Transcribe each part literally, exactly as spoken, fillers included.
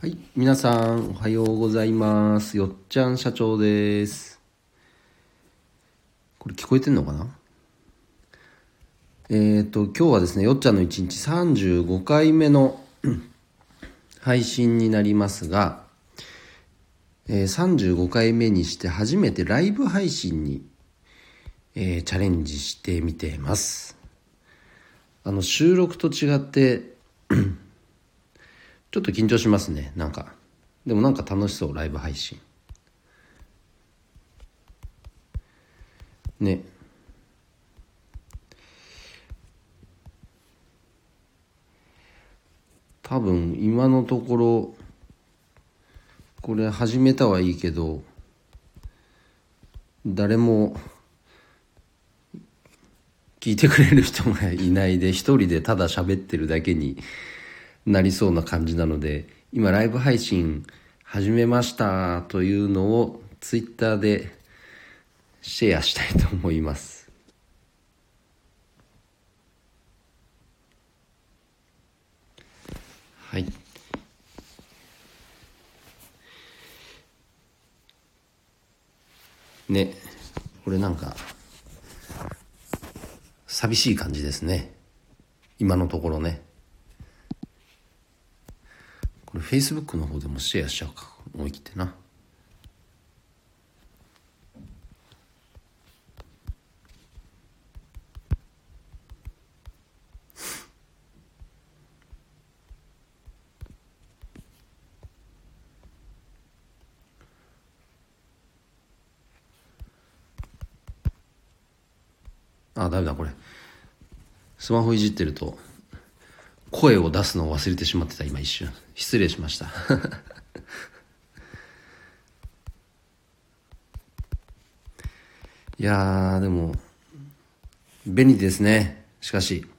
はい、皆さんおはようございます。よっちゃん社長です。これ聞こえてんのかな？えっと今日はですね、よっちゃんのいちにちさんじゅうごかいめの配信になりますが、えー、さんじゅうごかいめにして初めてライブ配信に、えー、チャレンジしてみています。あの収録と違ってちょっと緊張しますね。なんかでもなんか楽しそう。ライブ配信ね。多分今のところこれ始めたはいいけど誰も聞いてくれる人がいないで一人でただ喋ってるだけになりそうな感じなので、今ライブ配信始めましたというのをツイッターでシェアしたいと思います。はいね、これなんか寂しい感じですね、今のところね。これ Facebook の方でもシェアしちゃうか、思い切ってな。あ、ダメだこれ。スマホいじってると声を出すのを忘れてしまってた、今一瞬。失礼しましたいやーでも便利ですね。しかし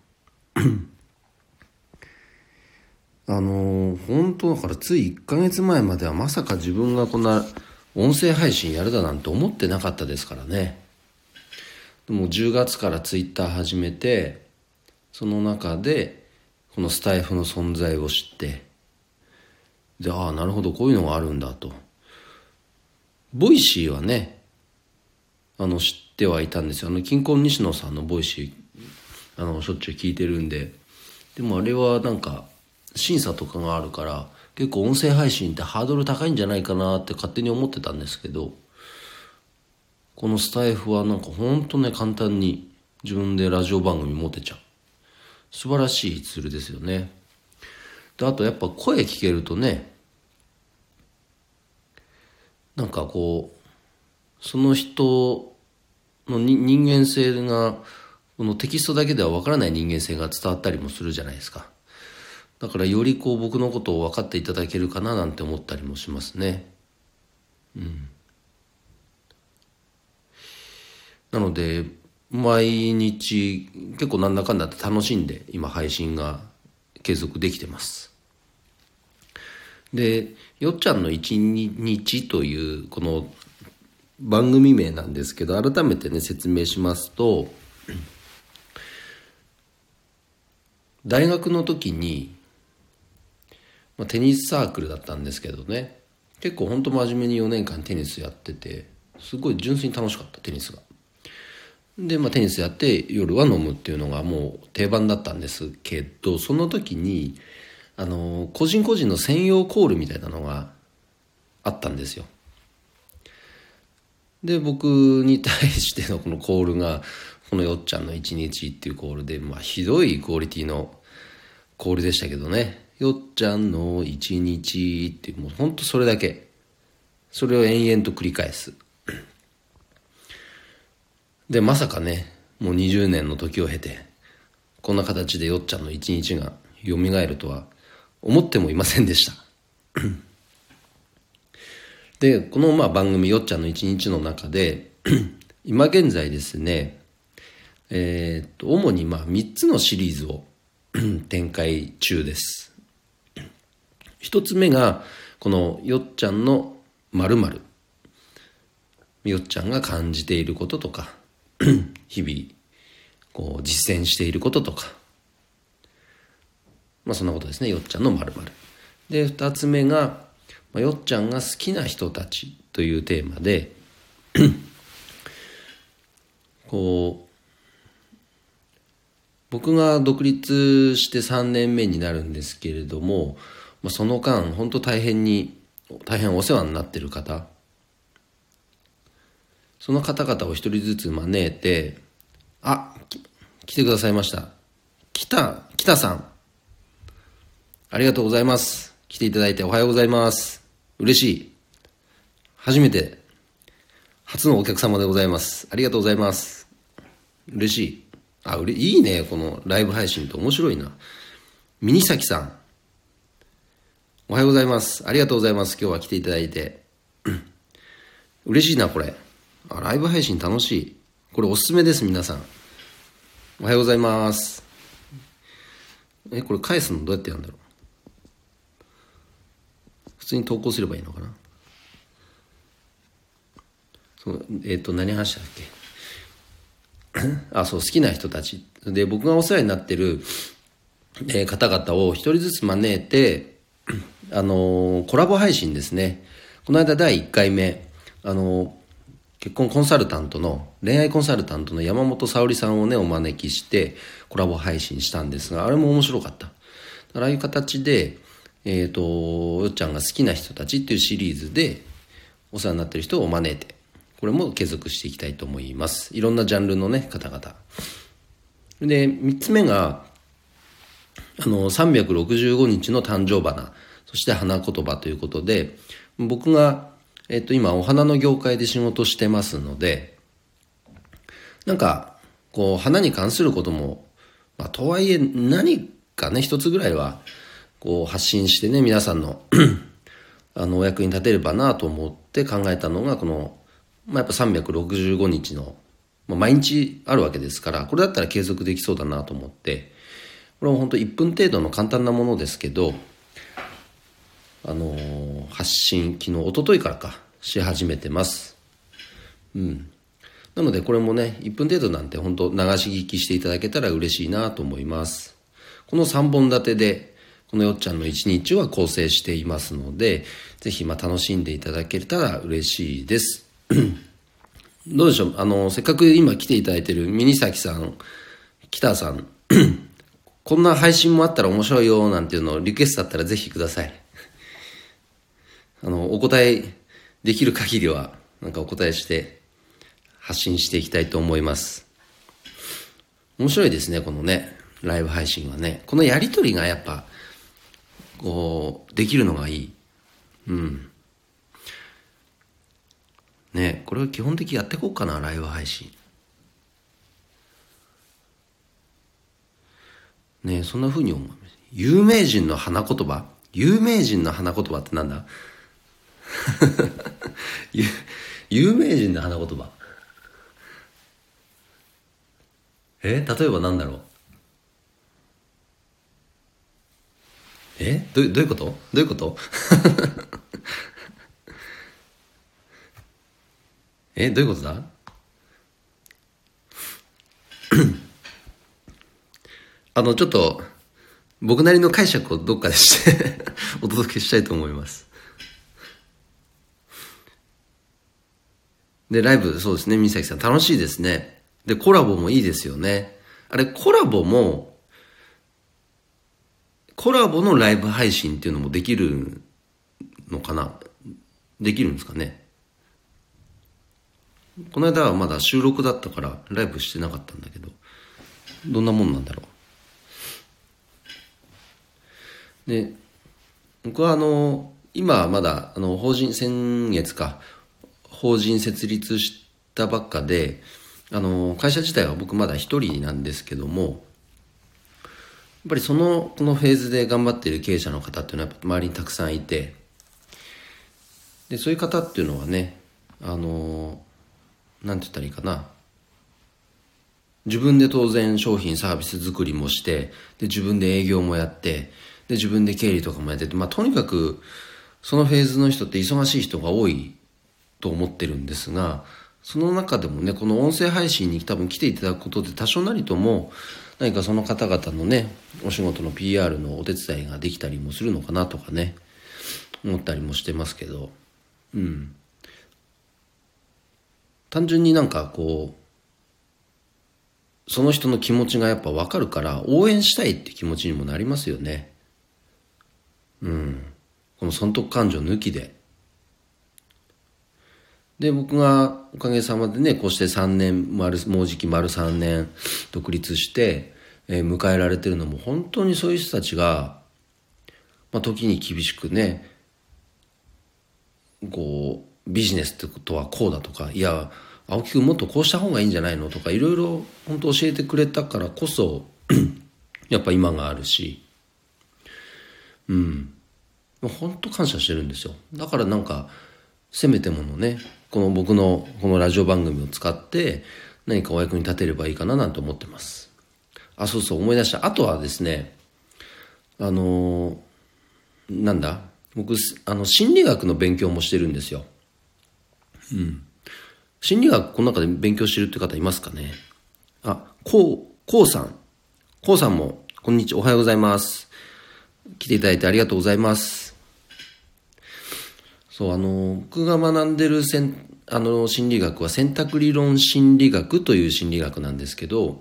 あのー、本当だからついいっかげつまえまではまさか自分がこんな音声配信やるだなんて思ってなかったですからね。でもじゅうがつからツイッター始めて、その中でこのスタイフの存在を知って、で、ああなるほどこういうのがあるんだと。ボイシーはね、あの知ってはいたんですよ。あの金婚西野さんのボイシーあのしょっちゅう聞いてるんで。でもあれはなんか審査とかがあるから結構音声配信ってハードル高いんじゃないかなって勝手に思ってたんですけど、このスタイフはなんかほんとね、簡単に自分でラジオ番組持てちゃう素晴らしいツールですよね。で、あとやっぱ声聞けるとね、なんかこうその人のに人間性がこのテキストだけでは分からない人間性が伝わったりもするじゃないですか。だからよりこう僕のことを分かっていただけるかななんて思ったりもしますね。うん。なので毎日結構なんだかんだって楽しんで今配信が継続できてます。で、よっちゃんのいちにちというこの番組名なんですけど、改めてね説明しますと、大学の時に、まあ、テニスサークルだったんですけどね、結構本当真面目によねんかんテニスやってて、すごい純粋に楽しかった、テニスが。で、まあ、テニスやって夜は飲むっていうのがもう定番だったんですけど、その時にあの個人個人の専用コールみたいなのがあったんですよ。で、僕に対してのこのコールがこのよっちゃんのいちにちっていうコールで、まあひどいクオリティのコールでしたけどね。よっちゃんのいちにちってもうほんとそれだけ、それを延々と繰り返す。で、まさかね、もうにじゅうねんの時を経てこんな形でよっちゃんのいちにちが蘇るとは思ってもいませんでしたで、このまあ番組よっちゃんのいちにちの中で今現在ですね、えー、っと主にまあみっつのシリーズを展開中です。一つ目がこのよっちゃんの〇〇、よっちゃんが感じていることとか日々こう実践していることとか、まあそんなことですね。よっちゃんの〇〇。 で、二つ目が、まあ、よっちゃんが好きな人たちというテーマで、こう、僕が独立してさんねんめになるんですけれども、まあ、その間、本当大変に、大変お世話になっている方、その方々を一人ずつ招いて、あ、来てくださいました。北、北さん。ありがとうございます。来ていただいておはようございます。嬉しい。初めて、初のお客様でございます。ありがとうございます。嬉しい。あ、うれ、いいね。このライブ配信って面白いな。ミニサキさん。おはようございます。ありがとうございます。今日は来ていただいて。嬉しいな、これ。あ、ライブ配信楽しい。これおすすめです、皆さん。おはようございます。え、これ返すのどうやってやるんだろう。普通に投稿すればいいのかな。そう、えっと、何話したっけあ、そう、好きな人たち。で、僕がお世話になってる、えー方々を一人ずつ招いて、あのーコラボ配信ですね。この間だいいっかいめ、あのー結婚コンサルタントの、恋愛コンサルタントの山本沙織さんをね、お招きしてコラボ配信したんですが、あれも面白かった。ああいう形で、えっと、よっちゃんが好きな人たちっていうシリーズで、お世話になっている人を招いて、これも継続していきたいと思います。いろんなジャンルのね、方々。で、三つ目が、あの、さんびゃくろくじゅうごにちの誕生花、そして花言葉ということで、僕が、えっと、今、お花の業界で仕事してますので、なんか、こう、花に関することも、まあ、とはいえ、何かね、一つぐらいは、こう、発信してね、皆さんの、あの、お役に立てればなと思って考えたのが、この、まあ、やっぱさんびゃくろくじゅうごにちの、まあ、毎日あるわけですから、これだったら継続できそうだなと思って、これは本当いっぷん程度の簡単なものですけど、あのー、発信、昨日、一昨日からか、し始めてます。うん。なので、これもね、いっぷん程度なんて本当流し聞きしていただけたら嬉しいなと思います。このさんぼん立てで、このよっちゃんの一日は構成していますので、ぜひまあ楽しんでいただけたら嬉しいです。どうでしょう、あの、せっかく今来ていただいているミニサキさん、北さん、こんな配信もあったら面白いよなんていうのをリクエストあったらぜひください。あの、お答えできる限りは、なんかお答えして発信していきたいと思います。面白いですね、このね、ライブ配信はね。このやりとりがやっぱ、こう、できるのがいい。うん。ね、これを基本的にやっていこうかな、ライブ配信。ね、そんな風に思う。有名人の花言葉有名人の花言葉ってなんだ有名人の花言葉。え例えばなんだろう。えど、どういうことどういうことえどういうことだあの、ちょっと、僕なりの解釈をどっかでしてお届けしたいと思います。で、ライブ、そうですね、みさきさん、楽しいですね。で、コラボもいいですよね。あれ、コラボも、コラボのライブ配信っていうのもできるのかなできるんですかね。この間はまだ収録だったからライブしてなかったんだけど、どんなもんなんだろう。で、僕はあの、今はまだ、あの、法人、先月か、法人設立したばっかで、あの、会社自体は僕まだ一人なんですけども、やっぱりその、このフェーズで頑張っている経営者の方っていうのはやっぱ周りにたくさんいて、で、そういう方っていうのはね、あの、なんて言ったらいいかな。自分で当然商品サービス作りもして、で、自分で営業もやって、で、自分で経理とかもやってて、まあ、とにかく、そのフェーズの人って忙しい人が多いと思ってるんですが、その中でもね、この音声配信に多分来ていただくことで多少なりとも、 何かその方々のね、お仕事の ピーアール のお手伝いができたりもするのかなとかね、思ったりもしてますけど、うん。単純になんかこう、その人の気持ちがやっぱ分かるから応援したいって気持ちにもなりますよね。うん。この損得感情抜きで。で、僕がおかげさまでね、こうしてさんねん、丸、もうじき丸さんねん独立して、えー迎えられてるのも本当にそういう人たちが、まあ時に厳しくね、こう、ビジネスってことはこうだとか、いや、青木くんもっとこうした方がいいんじゃないのとか、いろいろ本当教えてくれたからこそ、やっぱ今があるし、うん。本当感謝してるんですよ。だからなんか、せめてものね、この僕のこのラジオ番組を使って何かお役に立てればいいかななんて思ってます。あ、そうそう思い出した。あとはですね、あのー、なんだ僕、あの、心理学の勉強もしてるんですよ。うん。心理学この中で勉強してるって方いますかね。あ、こう、こうさん。こうさんも、こんにちは、おはようございます。来ていただいてありがとうございます。そう、あの、僕が学んでるせんあの心理学は選択理論心理学という心理学なんですけど、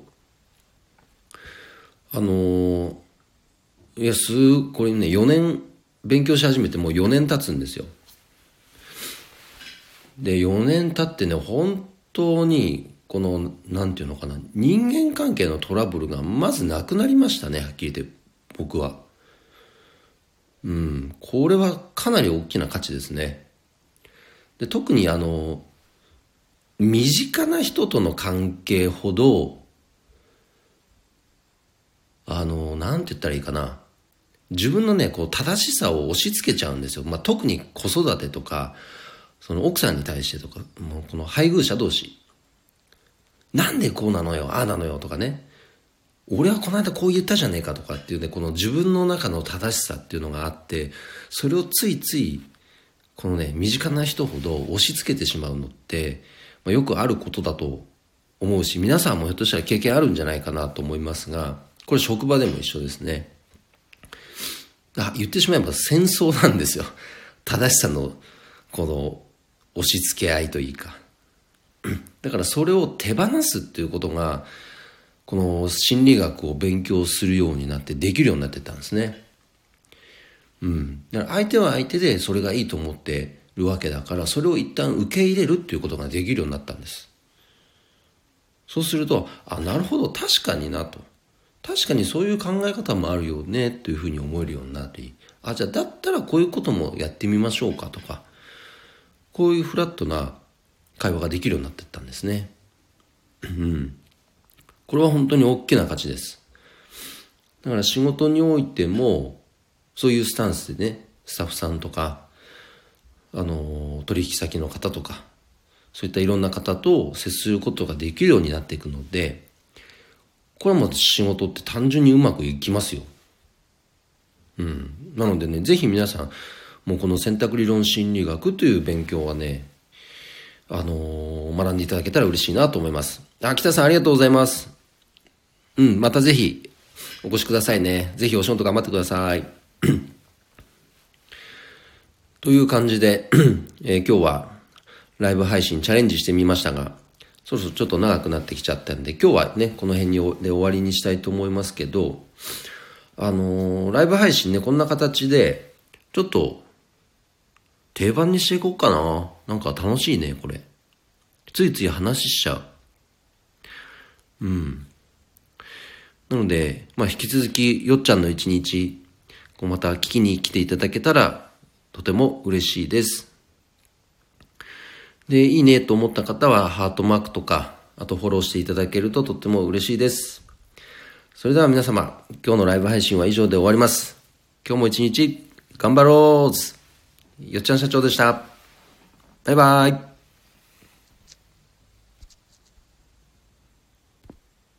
あの、いや、す、これね、よねん、勉強し始めてもうよねん経つんですよ。で、よねん経ってね、本当に、この、なんていうのかな、人間関係のトラブルがまずなくなりましたね、はっきり言って、僕は。うん、これはかなり大きな価値ですね。で、特にあの、身近な人との関係ほど、あの、なんて言ったらいいかな。自分のね、こう、正しさを押し付けちゃうんですよ。まあ、特に子育てとか、その奥さんに対してとか、もうこの配偶者同士。なんでこうなのよ、ああなのよとかね。俺はこの間こう言ったじゃねえかとかっていうね、この自分の中の正しさっていうのがあって、それをついつい、このね、身近な人ほど押し付けてしまうのって、まあ、よくあることだと思うし、皆さんもひょっとしたら経験あるんじゃないかなと思いますが、これ職場でも一緒ですね。あ、言ってしまえば戦争なんですよ。正しさの、この、押し付け合いといいか。だからそれを手放すっていうことが、この心理学を勉強するようになってできるようになってったんですね。うん。だから相手は相手でそれがいいと思ってるわけだから、それを一旦受け入れるっていうことができるようになったんです。そうすると、あ、なるほど、確かになと。確かにそういう考え方もあるよね、というふうに思えるようになり、あ、じゃあだったらこういうこともやってみましょうかとか、こういうフラットな会話ができるようになっていったんですね。うん。これは本当に大きな価値です。だから仕事においても、そういうスタンスでね、スタッフさんとか、あの、取引先の方とか、そういったいろんな方と接することができるようになっていくので、これはもう仕事って単純にうまくいきますよ。うん。なのでね、ぜひ皆さん、もうこの選択理論心理学という勉強はね、あのー、学んでいただけたら嬉しいなと思います。あ、北さんありがとうございます。うん、またぜひお越しくださいね。ぜひお仕事頑張ってください。という感じで、えー今日はライブ配信チャレンジしてみましたが、そろそろちょっと長くなってきちゃったんで、今日はね、この辺にで終わりにしたいと思いますけど、あのー、ライブ配信ね、こんな形で、ちょっと定番にしていこうかな。なんか楽しいね、これ。ついつい話しちゃう。うん。なので、まあ、引き続き、よっちゃんの一日、こうまた聞きに来ていただけたら、とても嬉しいです。で、いいねと思った方は、ハートマークとか、あとフォローしていただけるととっても嬉しいです。それでは皆様、今日のライブ配信は以上で終わります。今日も一日、頑張ろう。よっちゃん社長でした。バイバイ。